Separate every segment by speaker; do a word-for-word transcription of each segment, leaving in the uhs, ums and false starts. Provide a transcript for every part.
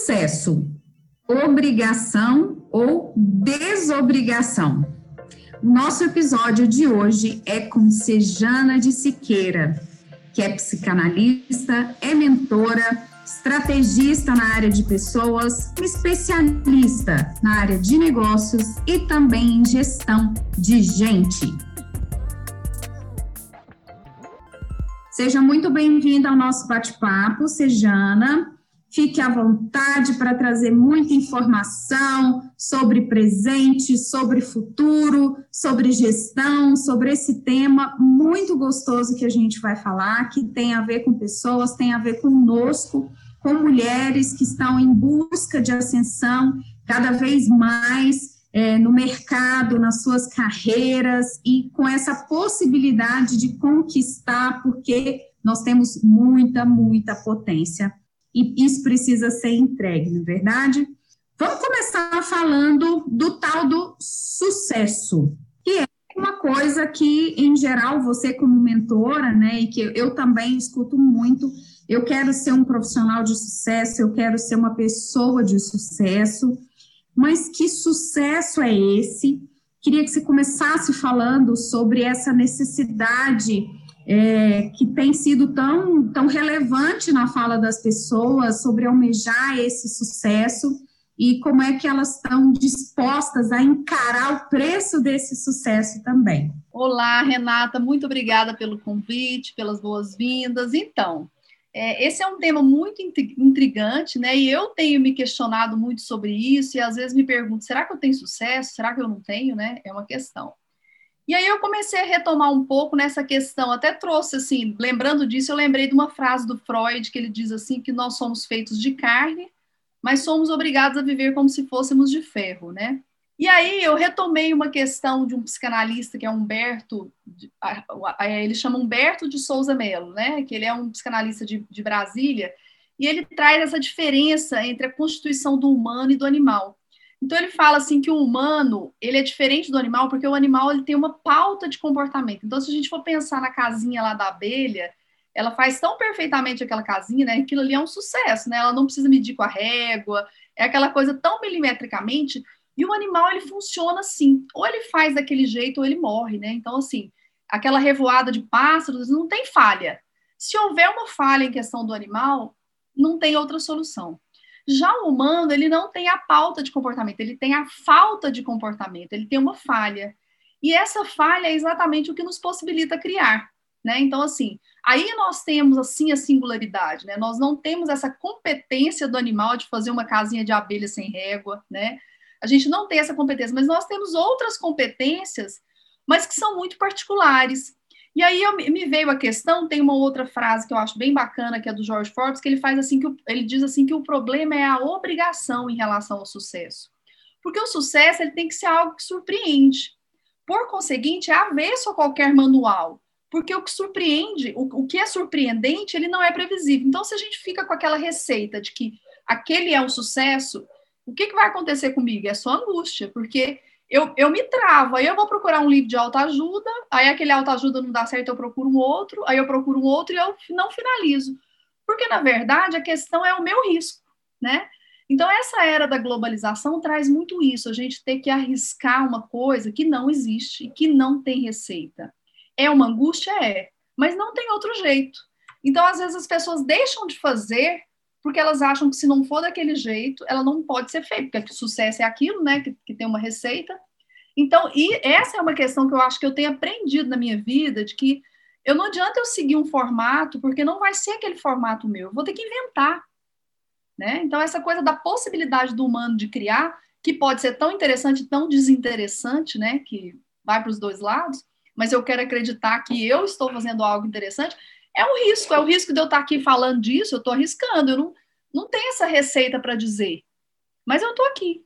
Speaker 1: Sucesso, obrigação ou desobrigação? O nosso episódio de hoje é com Sejana de Siqueira, que é psicanalista, é mentora, estrategista na área de pessoas, especialista na área de negócios e também em gestão de gente. Seja muito bem-vinda ao nosso bate-papo, Sejana. Fique à vontade para trazer muita informação sobre presente, sobre futuro, sobre gestão, sobre esse tema muito gostoso que a gente vai falar, que tem a ver com pessoas, tem a ver conosco, com mulheres que estão em busca de ascensão cada vez mais é, no mercado, nas suas carreiras e com essa possibilidade de conquistar, porque nós temos muita, muita potência. E isso precisa ser entregue, não é verdade? Vamos começar falando do tal do sucesso, que é uma coisa que, em geral, você como mentora, né, e que eu também escuto muito, eu quero ser um profissional de sucesso, eu quero ser uma pessoa de sucesso, mas que sucesso é esse? Queria que você começasse falando sobre essa necessidade É, que tem sido tão, tão relevante na fala das pessoas sobre almejar esse sucesso e como é que elas estão dispostas a encarar o preço desse sucesso também.
Speaker 2: Olá, Renata, muito obrigada pelo convite, pelas boas-vindas. Então, é, esse é um tema muito intrigante, né? E eu tenho me questionado muito sobre isso e às vezes me pergunto, será que eu tenho sucesso? Será que eu não tenho, né? É uma questão. E aí eu comecei a retomar um pouco nessa questão, até trouxe assim, lembrando disso, eu lembrei de uma frase do Freud, que ele diz assim, que nós somos feitos de carne, mas somos obrigados a viver como se fôssemos de ferro, né? E aí eu retomei uma questão de um psicanalista, que é Humberto, ele chama Humberto de Souza Mello, né? Que ele é um psicanalista de, de Brasília, e ele traz essa diferença entre a constituição do humano e do animal. Então, ele fala assim que o humano, ele é diferente do animal, porque o animal ele tem uma pauta de comportamento. Então, se a gente for pensar na casinha lá da abelha, ela faz tão perfeitamente aquela casinha, né? Aquilo ali é um sucesso, né? Ela não precisa medir com a régua, é aquela coisa tão milimetricamente, e o animal, ele funciona assim. Ou ele faz daquele jeito, ou ele morre, né? Então, assim, aquela revoada de pássaros não tem falha. Se houver uma falha em questão do animal, não tem outra solução. Já o humano, ele não tem a pauta de comportamento, ele tem a falta de comportamento, ele tem uma falha. E essa falha é exatamente o que nos possibilita criar, né? Então, assim, aí nós temos, assim, a singularidade, né? Nós não temos essa competência do animal de fazer uma casinha de abelha sem régua, né? A gente não tem essa competência, mas nós temos outras competências, mas que são muito particulares. E aí eu, me veio a questão, tem uma outra frase que eu acho bem bacana, que é do George Forbes, que ele faz assim, que o, ele diz assim que o problema é a obrigação em relação ao sucesso. Porque o sucesso ele tem que ser algo que surpreende. Por conseguinte, é avesso a qualquer manual. Porque o que surpreende, o, o que é surpreendente, ele não é previsível. Então, se a gente fica com aquela receita de que aquele é um sucesso, o que, que vai acontecer comigo? É só angústia, porque Eu, eu me travo, aí eu vou procurar um livro de autoajuda, aí aquele autoajuda não dá certo, eu procuro um outro, aí eu procuro um outro e eu não finalizo. Porque, na verdade, a questão é o meu risco, né? Então, essa era da globalização traz muito isso, a gente ter que arriscar uma coisa que não existe, que não tem receita. É uma angústia? É, mas não tem outro jeito. Então, às vezes, as pessoas deixam de fazer porque elas acham que se não for daquele jeito, ela não pode ser feita, porque sucesso é aquilo, né, que, que tem uma receita. Então, e essa é uma questão que eu acho que eu tenho aprendido na minha vida, de que eu não adianta eu seguir um formato, porque não vai ser aquele formato meu, eu vou ter que inventar, né? Então, essa coisa da possibilidade do humano de criar, que pode ser tão interessante, tão desinteressante, né, que vai para os dois lados, mas eu quero acreditar que eu estou fazendo algo interessante, é um risco, é o risco de eu estar aqui falando disso, eu estou arriscando, eu não, não tenho essa receita para dizer, mas eu estou aqui.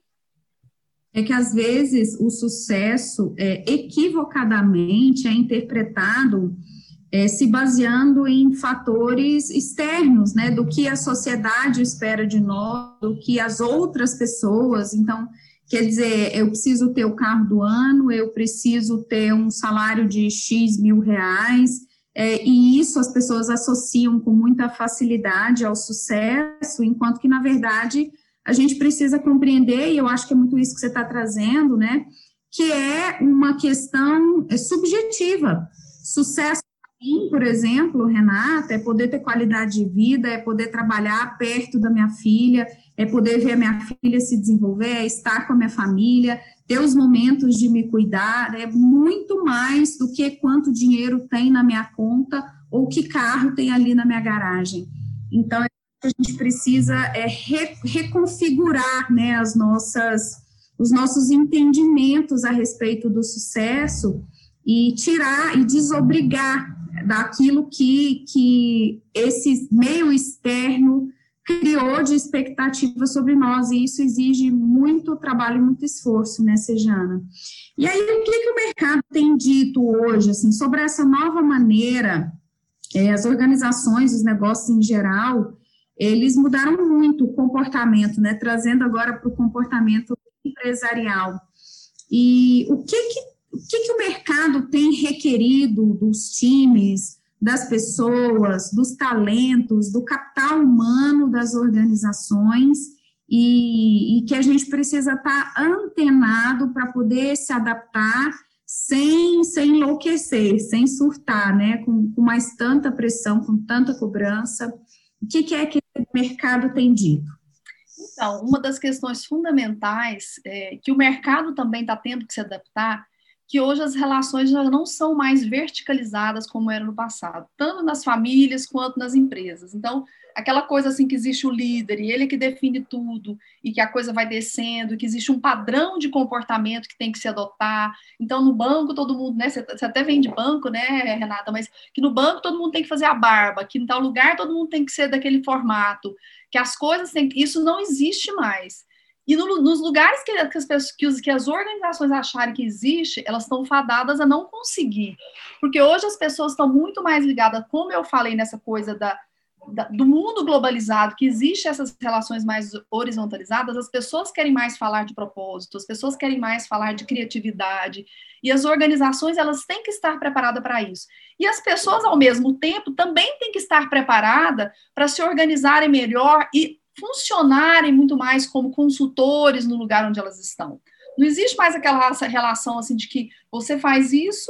Speaker 1: É que, às vezes, o sucesso, é, equivocadamente, é interpretado é, se baseando em fatores externos, né, do que a sociedade espera de nós, do que as outras pessoas, então, quer dizer, eu preciso ter o carro do ano, eu preciso ter um salário de X mil reais, É, e isso as pessoas associam com muita facilidade ao sucesso, enquanto que, na verdade, a gente precisa compreender, e eu acho que é muito isso que você está trazendo, né, que é uma questão subjetiva. Sucesso para mim, por exemplo, Renata, é poder ter qualidade de vida, é poder trabalhar perto da minha filha, é poder ver a minha filha se desenvolver, é estar com a minha família, ter os momentos de me cuidar, é muito mais do que quanto dinheiro tem na minha conta ou que carro tem ali na minha garagem. Então, a gente precisa é, re, reconfigurar, né, as nossas, os nossos entendimentos a respeito do sucesso e tirar e desobrigar daquilo que, que esse meio externo criou de expectativa sobre nós, e isso exige muito trabalho e muito esforço, né, Sejana? E aí, o que, que o mercado tem dito hoje, assim, sobre essa nova maneira, é, as organizações, os negócios em geral, eles mudaram muito o comportamento, né, trazendo agora para o comportamento empresarial. E o que que, o que que o mercado tem requerido dos times, das pessoas, dos talentos, do capital humano das organizações, e, e que a gente precisa estar antenado para poder se adaptar sem, sem enlouquecer, sem surtar, né, com, com mais tanta pressão, com tanta cobrança. O que, que é que o mercado tem dito?
Speaker 2: Então, uma das questões fundamentais é, que o mercado também está tendo que se adaptar, que hoje as relações já não são mais verticalizadas como era no passado, tanto nas famílias quanto nas empresas. Então, aquela coisa assim que existe o líder e ele que define tudo e que a coisa vai descendo, que existe um padrão de comportamento que tem que se adotar. Então, no banco, todo mundo, né? Você até vem de banco, né, Renata? Mas que no banco todo mundo tem que fazer a barba, que em tal lugar todo mundo tem que ser daquele formato, que as coisas têm que... Isso não existe mais. E no, nos lugares que, que, as pessoas, que, os, que as organizações acharem que existe, elas estão fadadas a não conseguir. Porque hoje as pessoas estão muito mais ligadas, como eu falei nessa coisa da, da, do mundo globalizado, que existe essas relações mais horizontalizadas, as pessoas querem mais falar de propósito, as pessoas querem mais falar de criatividade, e as organizações elas têm que estar preparadas para isso. E as pessoas, ao mesmo tempo, também têm que estar preparadas para se organizarem melhor e funcionarem muito mais como consultores no lugar onde elas estão. Não existe mais aquela relação assim de que você faz isso,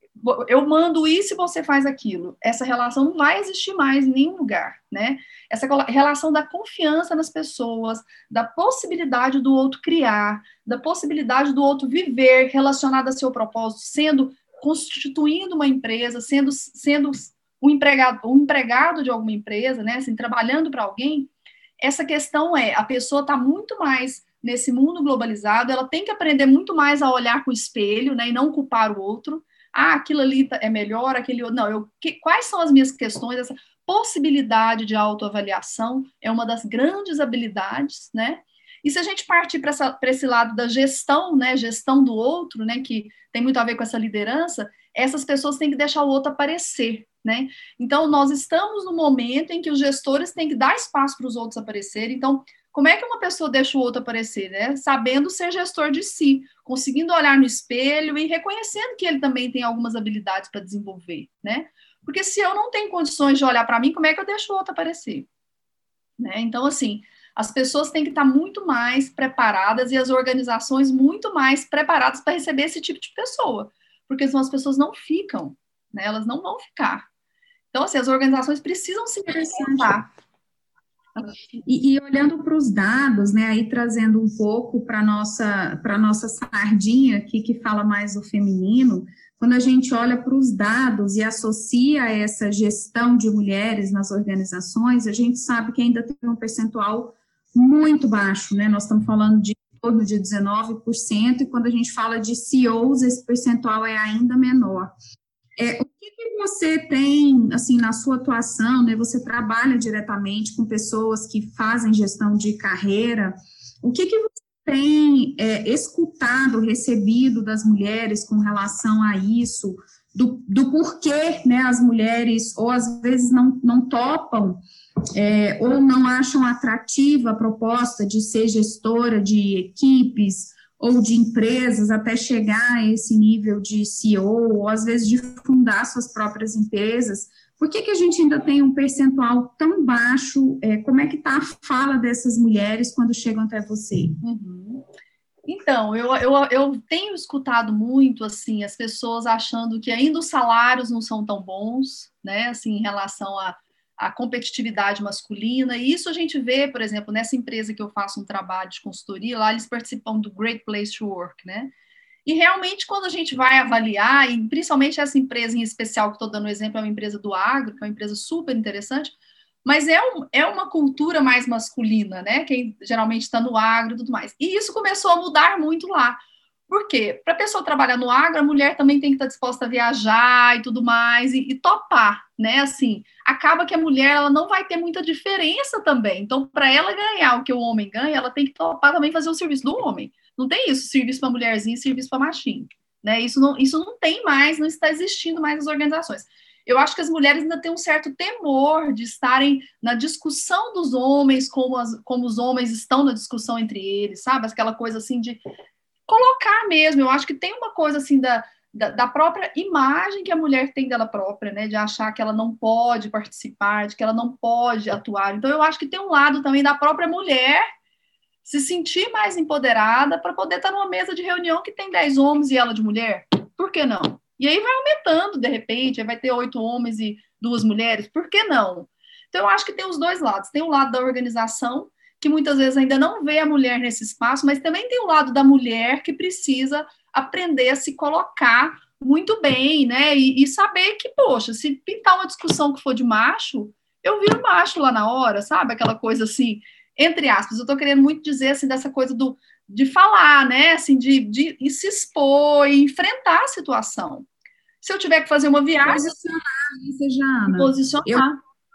Speaker 2: eu mando isso e você faz aquilo. Essa relação não vai existir mais em nenhum lugar, né? Essa relação da confiança nas pessoas, da possibilidade do outro criar, da possibilidade do outro viver relacionado a seu propósito, sendo, constituindo uma empresa, sendo, sendo um empregado, um empregado de alguma empresa, né? Assim, trabalhando para alguém. Essa questão é, a pessoa está muito mais nesse mundo globalizado, ela tem que aprender muito mais a olhar com o espelho, né, e não culpar o outro. Ah, aquilo ali é melhor, aquele outro... Não, eu, que, quais são as minhas questões? Essa possibilidade de autoavaliação é uma das grandes habilidades, né? E se a gente partir para esse lado da gestão, né, gestão do outro, né, que tem muito a ver com essa liderança, essas pessoas têm que deixar o outro aparecer, né? Então, nós estamos no momento em que os gestores têm que dar espaço para os outros aparecerem. Então, como é que uma pessoa deixa o outro aparecer, né? Sabendo ser gestor de si, conseguindo olhar no espelho e reconhecendo que ele também tem algumas habilidades para desenvolver, né? Porque se eu não tenho condições de olhar para mim, como é que eu deixo o outro aparecer? Né? Então, assim, as pessoas têm que estar muito mais preparadas e as organizações muito mais preparadas para receber esse tipo de pessoa, porque senão as pessoas não ficam, né? Elas não vão ficar. Então, assim, as organizações precisam se preparar.
Speaker 1: E, e olhando para os dados, né, aí trazendo um pouco para a nossa, para nossa sardinha aqui, que fala mais do feminino, quando a gente olha para os dados e associa essa gestão de mulheres nas organizações, a gente sabe que ainda tem um percentual muito baixo, né, nós estamos falando de em torno de dezenove por cento, e quando a gente fala de C E Os, esse percentual é ainda menor. É, o que, que você tem, assim, na sua atuação, né, você trabalha diretamente com pessoas que fazem gestão de carreira, o que, que você tem é, escutado, recebido das mulheres com relação a isso, do, do porquê, né, as mulheres, ou às vezes não, não topam, é, ou não acham atrativa a proposta de ser gestora de equipes, ou de empresas, até chegar a esse nível de C E O, ou às vezes de fundar suas próprias empresas, Por que que a gente ainda tem um percentual tão baixo? É, como é que está a fala dessas mulheres quando chegam até você?
Speaker 2: Uhum. Então, eu, eu, eu tenho escutado muito, assim, as pessoas achando que ainda os salários não são tão bons, né, assim, em relação à, à competitividade masculina, e isso a gente vê, por exemplo, nessa empresa que eu faço um trabalho de consultoria, lá eles participam do Great Place to Work, né, e realmente quando a gente vai avaliar, e principalmente essa empresa em especial que estou dando o exemplo, é uma empresa do agro, que é uma empresa super interessante, mas é, um, é uma cultura mais masculina, né? Quem geralmente está no agro e tudo mais. E isso começou a mudar muito lá. Por quê? Para a pessoa trabalhar no agro, a mulher também tem que estar disposta a viajar e tudo mais, e, e topar, né? Assim, acaba que a mulher ela não vai ter muita diferença também. Então, para ela ganhar o que o homem ganha, ela tem que topar também fazer o serviço do homem. Não tem isso, serviço para mulherzinha e serviço para machinho. Né? Isso, não, isso não tem mais, não está existindo mais nas organizações. Eu acho que as mulheres ainda têm um certo temor de estarem na discussão dos homens, como, as, como os homens estão na discussão entre eles, sabe? Aquela coisa assim de colocar mesmo. Eu acho que tem uma coisa assim da, da, da própria imagem que a mulher tem dela própria, né? De achar que ela não pode participar, de que ela não pode atuar. Então, eu acho que tem um lado também da própria mulher se sentir mais empoderada para poder estar numa mesa de reunião que tem dez homens e ela de mulher. Por que não? E aí vai aumentando, de repente, vai ter oito homens e duas mulheres, por que não? Então, eu acho que tem os dois lados. Tem o lado da organização, que muitas vezes ainda não vê a mulher nesse espaço, mas também tem o lado da mulher que precisa aprender a se colocar muito bem, né? E, e saber que, poxa, se pintar uma discussão que for de macho, eu viro macho lá na hora, sabe? Aquela coisa assim, entre aspas, eu estou querendo muito dizer assim, dessa coisa do de falar, né, assim, de, de, de se expor e enfrentar a situação. Se eu tiver que fazer uma viagem...
Speaker 1: Posicionar, né, Jana?
Speaker 2: Posicionar.
Speaker 1: Eu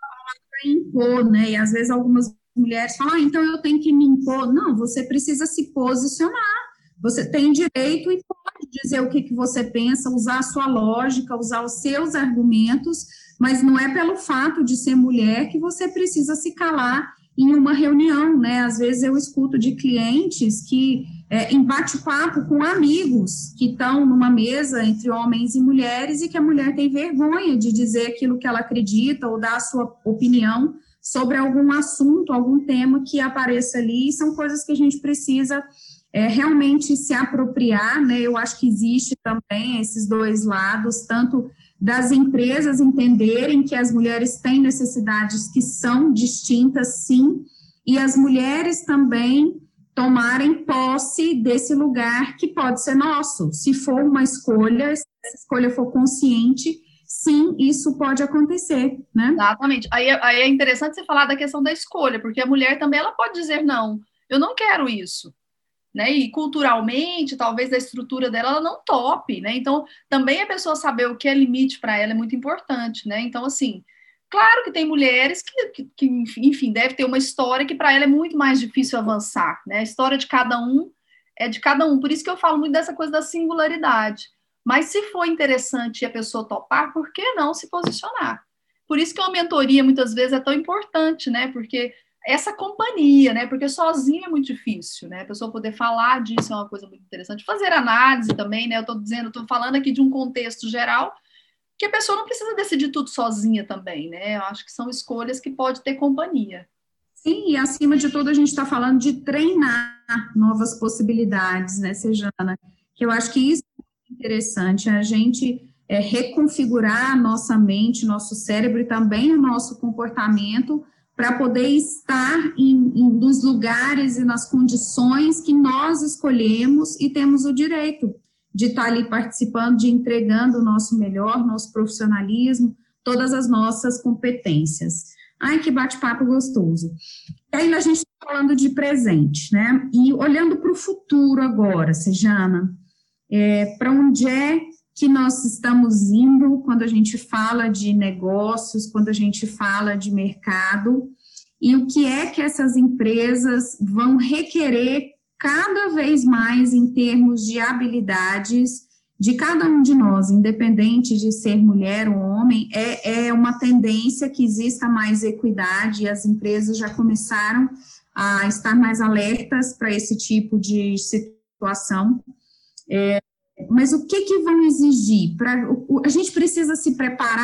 Speaker 1: impor, né, e às vezes algumas mulheres falam, ah, então eu tenho que me impor. Não, você precisa se posicionar. Você tem direito e pode dizer o que, que você pensa, usar a sua lógica, usar os seus argumentos, mas não é pelo fato de ser mulher que você precisa se calar em uma reunião, né? Às vezes eu escuto de clientes que, é, em bate-papo com amigos que estão numa mesa entre homens e mulheres e que a mulher tem vergonha de dizer aquilo que ela acredita ou dar a sua opinião sobre algum assunto, algum tema que apareça ali, e são coisas que a gente precisa é, realmente se apropriar, né? Eu acho que existe também esses dois lados, tanto das empresas entenderem que as mulheres têm necessidades que são distintas, sim, e as mulheres também tomarem posse desse lugar que pode ser nosso. Se for uma escolha, se essa escolha for consciente, sim, isso pode acontecer, né?
Speaker 2: Exatamente. Aí, aí é interessante você falar da questão da escolha, porque a mulher também ela pode dizer, não, eu não quero isso. Né? E culturalmente, talvez da estrutura dela, ela não tope, né? Então, também a pessoa saber o que é limite para ela é muito importante, né? Então, assim, claro que tem mulheres que, que, que enfim, deve ter uma história que para ela é muito mais difícil avançar, né? A história de cada um é de cada um, por isso que eu falo muito dessa coisa da singularidade. Mas se for interessante e a pessoa topar, por que não se posicionar? Por isso que uma mentoria, muitas vezes, é tão importante, né? Porque essa companhia, né? Porque sozinho é muito difícil, né? A pessoa poder falar disso é uma coisa muito interessante. Fazer análise também, né? Eu estou dizendo, estou falando aqui de um contexto geral que a pessoa não precisa decidir tudo sozinha também, né? Eu acho que são escolhas que pode ter companhia.
Speaker 1: Sim, e acima de tudo a gente está falando de treinar novas possibilidades, né, Sejana? Que eu acho que isso é interessante, a gente é, reconfigurar a nossa mente, nosso cérebro e também o nosso comportamento para poder estar em, em, nos lugares e nas condições que nós escolhemos e temos o direito de estar ali participando, de entregando o nosso melhor, nosso profissionalismo, todas as nossas competências. Ai, que bate-papo gostoso. E aí a gente está falando de presente, né? E olhando para o futuro agora, Sejana, é, para onde é que nós estamos indo quando a gente fala de negócios, quando a gente fala de mercado, e o que é que essas empresas vão requerer cada vez mais em termos de habilidades de cada um de nós, independente de ser mulher ou homem, é, é uma tendência que exista mais equidade, e as empresas já começaram a estar mais alertas para esse tipo de situação. É, mas o que que vão exigir? Pra, o, a gente precisa se preparar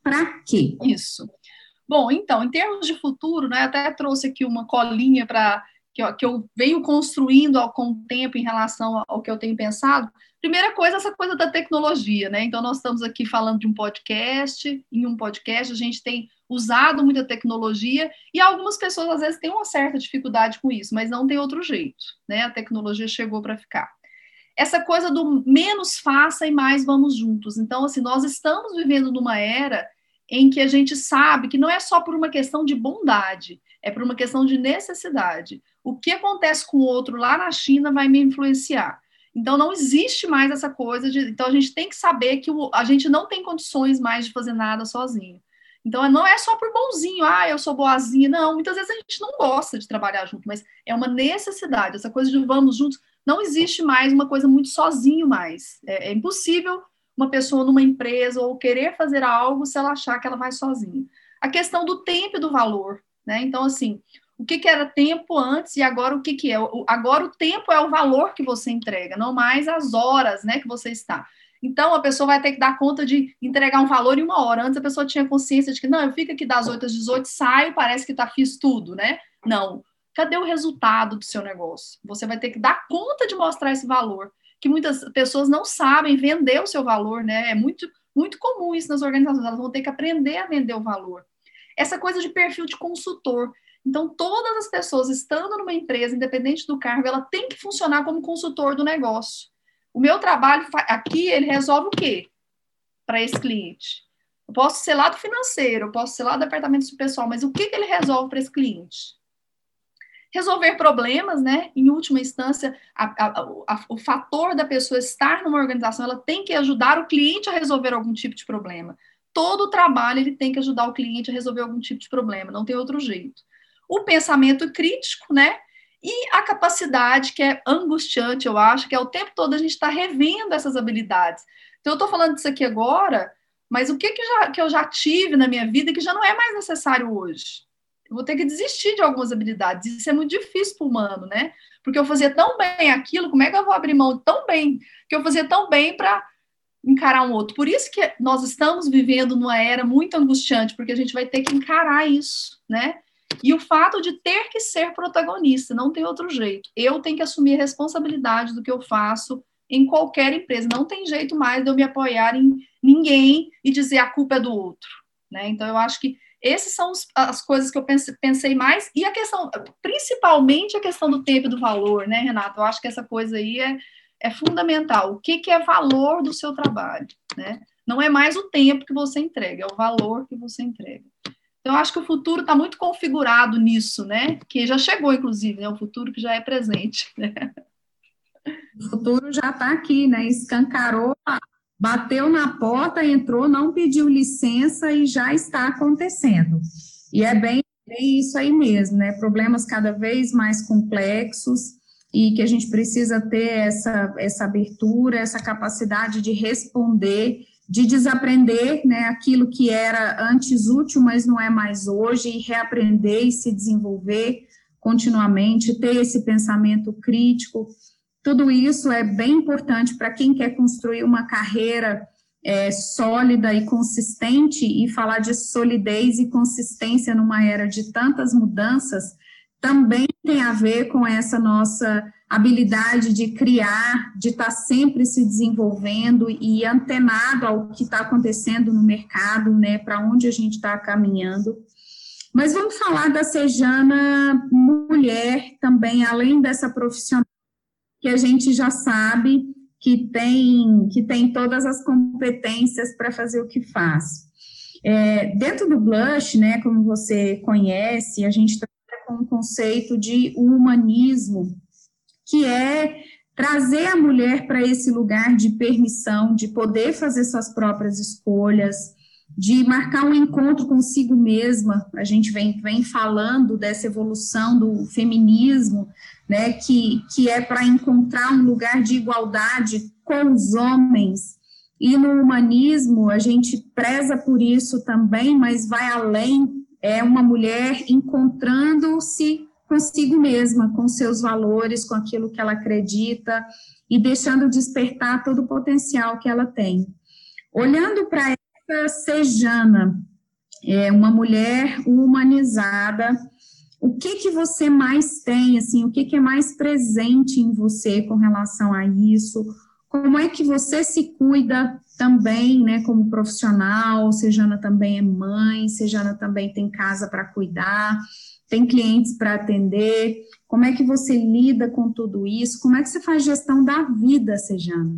Speaker 1: para quê?
Speaker 2: Isso. Bom, então, em termos de futuro, né, até trouxe aqui uma colinha para que, que eu venho construindo ao, com o tempo em relação ao, ao que eu tenho pensado. Primeira coisa, essa coisa da tecnologia, né? Então, nós estamos aqui falando de um podcast, em um podcast a gente tem usado muita tecnologia e algumas pessoas, às vezes, têm uma certa dificuldade com isso, mas não tem outro jeito, né? A tecnologia chegou para ficar. Essa coisa do menos faça e mais vamos juntos. Então, assim, nós estamos vivendo numa era em que a gente sabe que não é só por uma questão de bondade, é por uma questão de necessidade. O que acontece com o outro lá na China vai me influenciar. Então, não existe mais essa coisa de... Então, a gente tem que saber que o, a gente não tem condições mais de fazer nada sozinho. Então, não é só por bonzinho, ah, eu sou boazinha. Não, muitas vezes a gente não gosta de trabalhar junto, mas é uma necessidade. Essa coisa de vamos juntos, não existe mais uma coisa muito sozinho mais. É, é impossível uma pessoa numa empresa ou querer fazer algo se ela achar que ela vai sozinha. A questão do tempo e do valor, né? Então, assim, o que, que era tempo antes e agora o que, que é? Agora o tempo é o valor que você entrega, não mais as horas, né, que você está. Então, a pessoa vai ter que dar conta de entregar um valor em uma hora. Antes a pessoa tinha consciência de que, não, eu fico aqui das oito às dezoito, saio, parece que tá, fiz tudo, né? Não. Cadê o resultado do seu negócio? Você vai ter que dar conta de mostrar esse valor, que muitas pessoas não sabem vender o seu valor, né? É muito, muito comum isso nas organizações, elas vão ter que aprender a vender o valor. Essa coisa de perfil de consultor. Então, todas as pessoas estando numa empresa, independente do cargo, ela tem que funcionar como consultor do negócio. O meu trabalho aqui, ele resolve o quê para esse cliente? Eu posso ser lá do financeiro, eu posso ser lá do departamento de pessoal, mas o que, que ele resolve para esse cliente? Resolver problemas, né? Em última instância, a, a, a, o fator da pessoa estar numa organização, ela tem que ajudar o cliente a resolver algum tipo de problema. Todo o trabalho, ele tem que ajudar o cliente a resolver algum tipo de problema, não tem outro jeito. O pensamento crítico, né? E a capacidade, que é angustiante, eu acho, que é o tempo todo a gente está revendo essas habilidades. Então, eu estou falando disso aqui agora, mas o que, que, já, que eu já tive na minha vida que já não é mais necessário hoje? Eu vou ter que desistir de algumas habilidades. Isso é muito difícil para o humano, né? Porque eu fazia tão bem aquilo, como é que eu vou abrir mão tão bem, que eu fazia tão bem para encarar um outro? Por isso que nós estamos vivendo numa era muito angustiante, porque a gente vai ter que encarar isso, né? E o fato de ter que ser protagonista, não tem outro jeito. Eu tenho que assumir a responsabilidade do que eu faço em qualquer empresa. Não tem jeito mais de eu me apoiar em ninguém e dizer a culpa é do outro, né? Então, eu acho que essas são os, as coisas que eu pense, pensei mais, e a questão, principalmente a questão do tempo e do valor, né, Renata? Eu acho que essa coisa aí é, é fundamental. O que, que é valor do seu trabalho, né? Não é mais o tempo que você entrega, é o valor que você entrega. Então, eu acho que o futuro está muito configurado nisso, né? Que já chegou, inclusive, né? O futuro que já é presente, né?
Speaker 1: O futuro já está aqui, né? Escancarou, bateu na porta, entrou, não pediu licença e já está acontecendo. E é bem, bem isso aí mesmo, né? Problemas cada vez mais complexos e que a gente precisa ter essa, essa abertura, essa capacidade de responder, de desaprender, né, aquilo que era antes útil, mas não é mais hoje, e reaprender e se desenvolver continuamente, ter esse pensamento crítico. Tudo isso é bem importante para quem quer construir uma carreira é, sólida e consistente, e falar de solidez e consistência numa era de tantas mudanças também tem a ver com essa nossa habilidade de criar, de estar sempre se desenvolvendo e antenado ao que está acontecendo no mercado, né, para onde a gente está caminhando. Mas vamos falar da Sejana mulher também, além dessa profissional que a gente já sabe que tem, que tem todas as competências para fazer o que faz. É, dentro do Blush, né, como você conhece, a gente trabalha com um conceito de humanismo, que é trazer a mulher para esse lugar de permissão, de poder fazer suas próprias escolhas, de marcar um encontro consigo mesma. A gente vem, vem falando dessa evolução do feminismo, né, que, que é para encontrar um lugar de igualdade com os homens. E no humanismo, a gente preza por isso também, mas vai além, é uma mulher encontrando-se consigo mesma, com seus valores, com aquilo que ela acredita, e deixando despertar todo o potencial que ela tem. Olhando para Sejana, é uma mulher humanizada. O que que você mais tem, assim, o que que é mais presente em você com relação a isso? Como é que você se cuida também, né, como profissional? Sejana também é mãe, Sejana também tem casa para cuidar, tem clientes para atender. Como é que você lida com tudo isso? Como é que você faz gestão da vida, Sejana?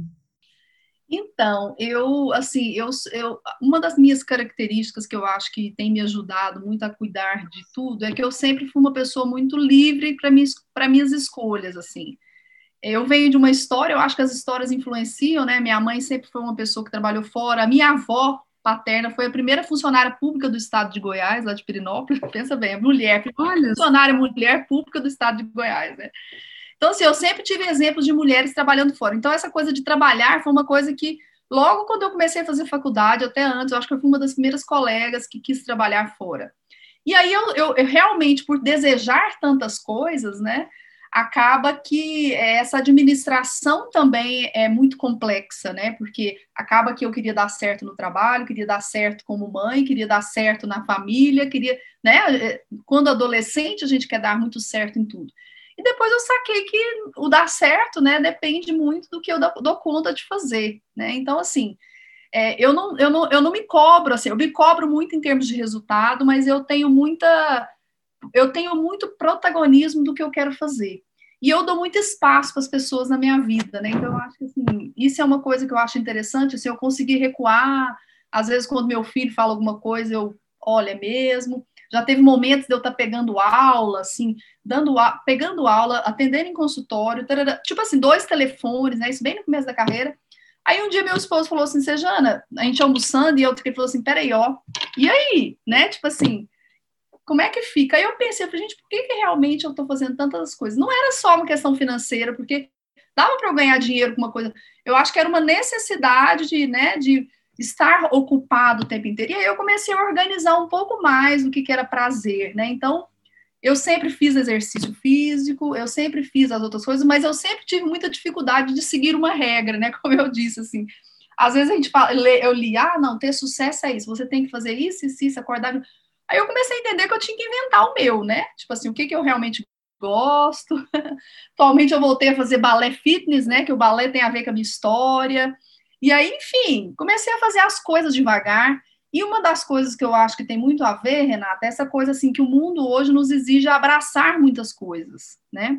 Speaker 2: Então, eu, assim, eu, eu, uma das minhas características que eu acho que tem me ajudado muito a cuidar de tudo é que eu sempre fui uma pessoa muito livre para minhas, para minhas escolhas, assim. Eu venho de uma história, eu acho que as histórias influenciam, né? Minha mãe sempre foi uma pessoa que trabalhou fora, a minha avó paterna foi a primeira funcionária pública do estado de Goiás, lá de Pirinópolis, pensa bem, a mulher,
Speaker 1: Olha,
Speaker 2: funcionária mulher pública do estado de Goiás, né? Então, assim, eu sempre tive exemplos de mulheres trabalhando fora. Então, essa coisa de trabalhar foi uma coisa que, logo quando eu comecei a fazer faculdade, até antes, eu acho que eu fui uma das primeiras colegas que quis trabalhar fora. E aí, eu, eu, eu realmente, por desejar tantas coisas, né, acaba que essa administração também é muito complexa, né, porque acaba que eu queria dar certo no trabalho, queria dar certo como mãe, queria dar certo na família, queria, né, quando adolescente a gente quer dar muito certo em tudo. E depois eu saquei que o dar certo, né, depende muito do que eu dou conta de fazer, né? Então, assim, é, eu, não, eu, não, eu não me cobro, assim, eu me cobro muito em termos de resultado, mas eu tenho muita, eu tenho muito protagonismo do que eu quero fazer. E eu dou muito espaço para as pessoas na minha vida, né? Então, eu acho que, assim, isso é uma coisa que eu acho interessante, assim, eu conseguir recuar, às vezes, quando meu filho fala alguma coisa, eu, olha, é mesmo. Já teve momentos de eu estar pegando aula, assim, dando a, pegando aula, atendendo em consultório, tarara, tipo assim, dois telefones, né? Isso bem no começo da carreira. Aí um dia meu esposo falou assim, Sejana, a gente almoçando, e eu ele falou assim, peraí, ó, e aí, né? Tipo assim, como é que fica? Aí eu pensei, gente, por que, que realmente eu estou fazendo tantas coisas? Não era só uma questão financeira, porque dava para eu ganhar dinheiro com uma coisa. Eu acho que era uma necessidade de, né, de estar ocupado o tempo inteiro. E aí eu comecei a organizar um pouco mais o que, que era prazer, né? Então, eu sempre fiz exercício físico, eu sempre fiz as outras coisas, mas eu sempre tive muita dificuldade de seguir uma regra, né? Como eu disse, assim. Às vezes a gente fala, eu li, ah, não, ter sucesso é isso, você tem que fazer isso, isso, isso, acordar. Aí eu comecei a entender que eu tinha que inventar o meu, né? Tipo assim, o que, que eu realmente gosto. Atualmente eu voltei a fazer balé fitness, né? Que o balé tem a ver com a minha história. E aí, enfim, comecei a fazer as coisas devagar. E uma das coisas que eu acho que tem muito a ver, Renata, é essa coisa assim que o mundo hoje nos exige abraçar muitas coisas, né?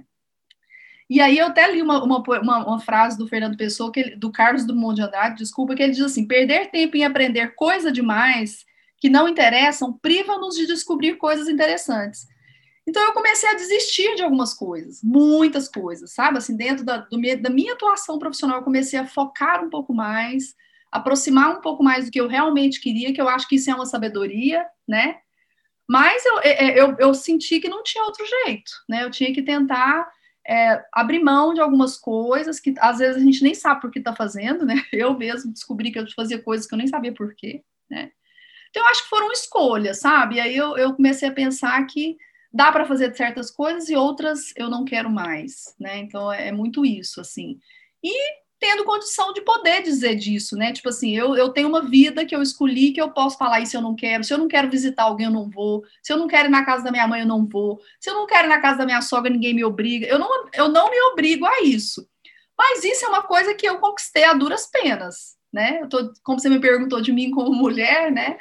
Speaker 2: E aí eu até li uma, uma, uma, uma frase do Fernando Pessoa, que ele, do Carlos Drummond de Andrade, desculpa, que ele diz assim, perder tempo em aprender coisa demais que não interessam priva-nos de descobrir coisas interessantes. Então eu comecei a desistir de algumas coisas, muitas coisas, sabe? Assim, dentro da, do, da minha atuação profissional, eu comecei a focar um pouco mais, aproximar um pouco mais do que eu realmente queria, que eu acho que isso é uma sabedoria, né? Mas eu, eu, eu senti que não tinha outro jeito, né? Eu tinha que tentar é, abrir mão de algumas coisas que às vezes a gente nem sabe por que está fazendo, né? Eu mesmo descobri que eu fazia coisas que eu nem sabia por quê, né? Então, eu acho que foram escolhas, sabe? E aí eu, eu comecei a pensar que dá para fazer certas coisas e outras eu não quero mais, né? Então, é muito isso, assim. E tendo condição de poder dizer disso, né? Tipo assim, eu, eu tenho uma vida que eu escolhi, que eu posso falar isso eu não quero. Se eu não quero visitar alguém, eu não vou. Se eu não quero ir na casa da minha mãe, eu não vou. Se eu não quero ir na casa da minha sogra, ninguém me obriga. Eu não, eu não me obrigo a isso. Mas isso é uma coisa que eu conquistei a duras penas, né? Eu tô, como você me perguntou de mim como mulher, né?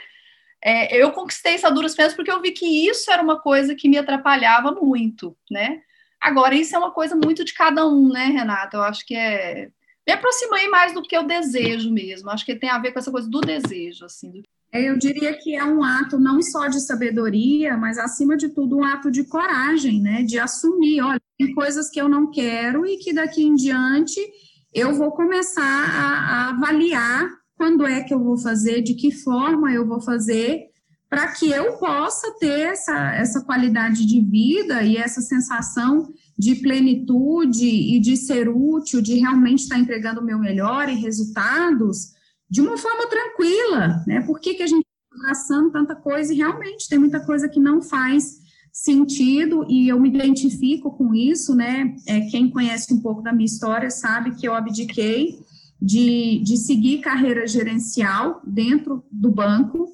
Speaker 2: É, eu conquistei isso a duras penas porque eu vi que isso era uma coisa que me atrapalhava muito, né? Agora, isso é uma coisa muito de cada um, né, Renata? Eu acho que é... Me aproximei mais do que eu desejo mesmo. Acho que tem a ver com essa coisa do desejo, assim. Do...
Speaker 1: Eu diria que é um ato não só de sabedoria, mas, acima de tudo, um ato de coragem, né? De assumir, olha, tem coisas que eu não quero e que daqui em diante eu vou começar a, a avaliar quando é que eu vou fazer, de que forma eu vou fazer, para que eu possa ter essa, essa qualidade de vida e essa sensação de plenitude e de ser útil, de realmente estar entregando o meu melhor e resultados de uma forma tranquila, né? Por que, que a gente está passando tanta coisa e realmente tem muita coisa que não faz sentido e eu me identifico com isso, né? É, quem conhece um pouco da minha história sabe que eu abdiquei de, de seguir carreira gerencial dentro do banco,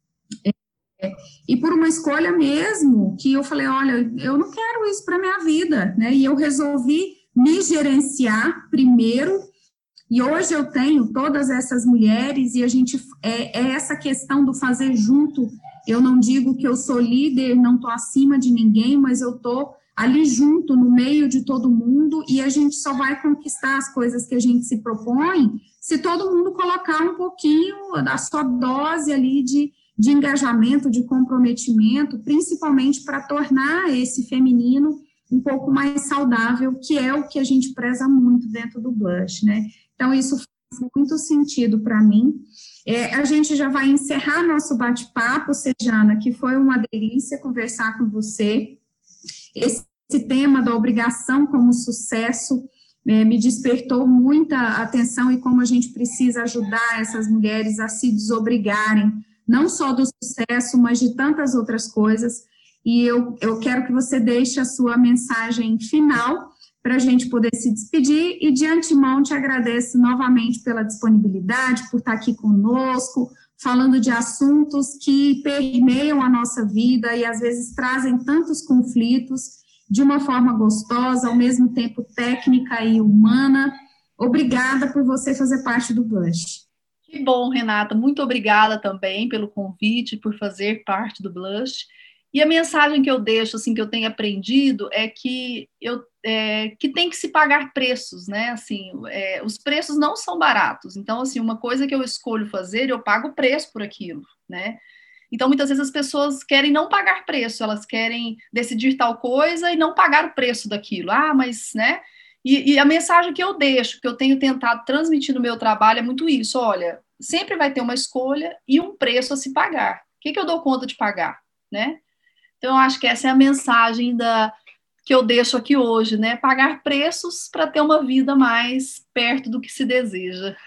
Speaker 1: é, e por uma escolha mesmo, que eu falei, olha, eu não quero isso para a minha vida, né, e eu resolvi me gerenciar primeiro, e hoje eu tenho todas essas mulheres, e a gente, é, é essa questão do fazer junto. Eu não digo que eu sou líder, não estou acima de ninguém, mas eu estou ali junto, no meio de todo mundo, e a gente só vai conquistar as coisas que a gente se propõe se todo mundo colocar um pouquinho da sua dose ali de, de engajamento, de comprometimento, principalmente para tornar esse feminino um pouco mais saudável, que é o que a gente preza muito dentro do Blush, né? Então, isso faz muito sentido para mim. É, a gente já vai encerrar nosso bate-papo, Sejana, que foi uma delícia conversar com você. Esse, esse tema da obrigação como sucesso é, me despertou muita atenção e como a gente precisa ajudar essas mulheres a se desobrigarem, não só do sucesso, mas de tantas outras coisas. E eu, eu quero que você deixe a sua mensagem final para a gente poder se despedir, e de antemão te agradeço novamente pela disponibilidade, por estar aqui conosco, falando de assuntos que permeiam a nossa vida e às vezes trazem tantos conflitos de uma forma gostosa, ao mesmo tempo técnica e humana. Obrigada por você fazer parte do Blush.
Speaker 2: Que bom, Renata, muito obrigada também pelo convite, por fazer parte do Blush. E a mensagem que eu deixo, assim, que eu tenho aprendido, é que, eu, é, que tem que se pagar preços, né? Assim, é, os preços não são baratos. Então, assim, uma coisa que eu escolho fazer, eu pago preço por aquilo, né? Então, muitas vezes as pessoas querem não pagar preço, elas querem decidir tal coisa e não pagar o preço daquilo. Ah, mas, né? E, e a mensagem que eu deixo, que eu tenho tentado transmitir no meu trabalho é muito isso. Olha, sempre vai ter uma escolha e um preço a se pagar. O que, que eu dou conta de pagar, né? Então, eu acho que essa é a mensagem da, que eu deixo aqui hoje, né? Pagar preços para ter uma vida mais perto do que se deseja.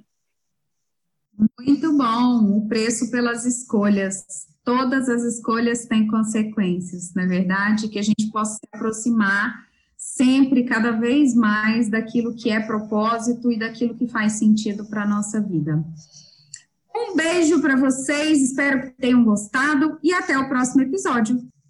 Speaker 1: Muito bom, o preço pelas escolhas. Todas as escolhas têm consequências, não é verdade? Que a gente possa se aproximar sempre, cada vez mais, daquilo que é propósito e daquilo que faz sentido para a nossa vida. Um beijo para vocês, espero que tenham gostado e até o próximo episódio.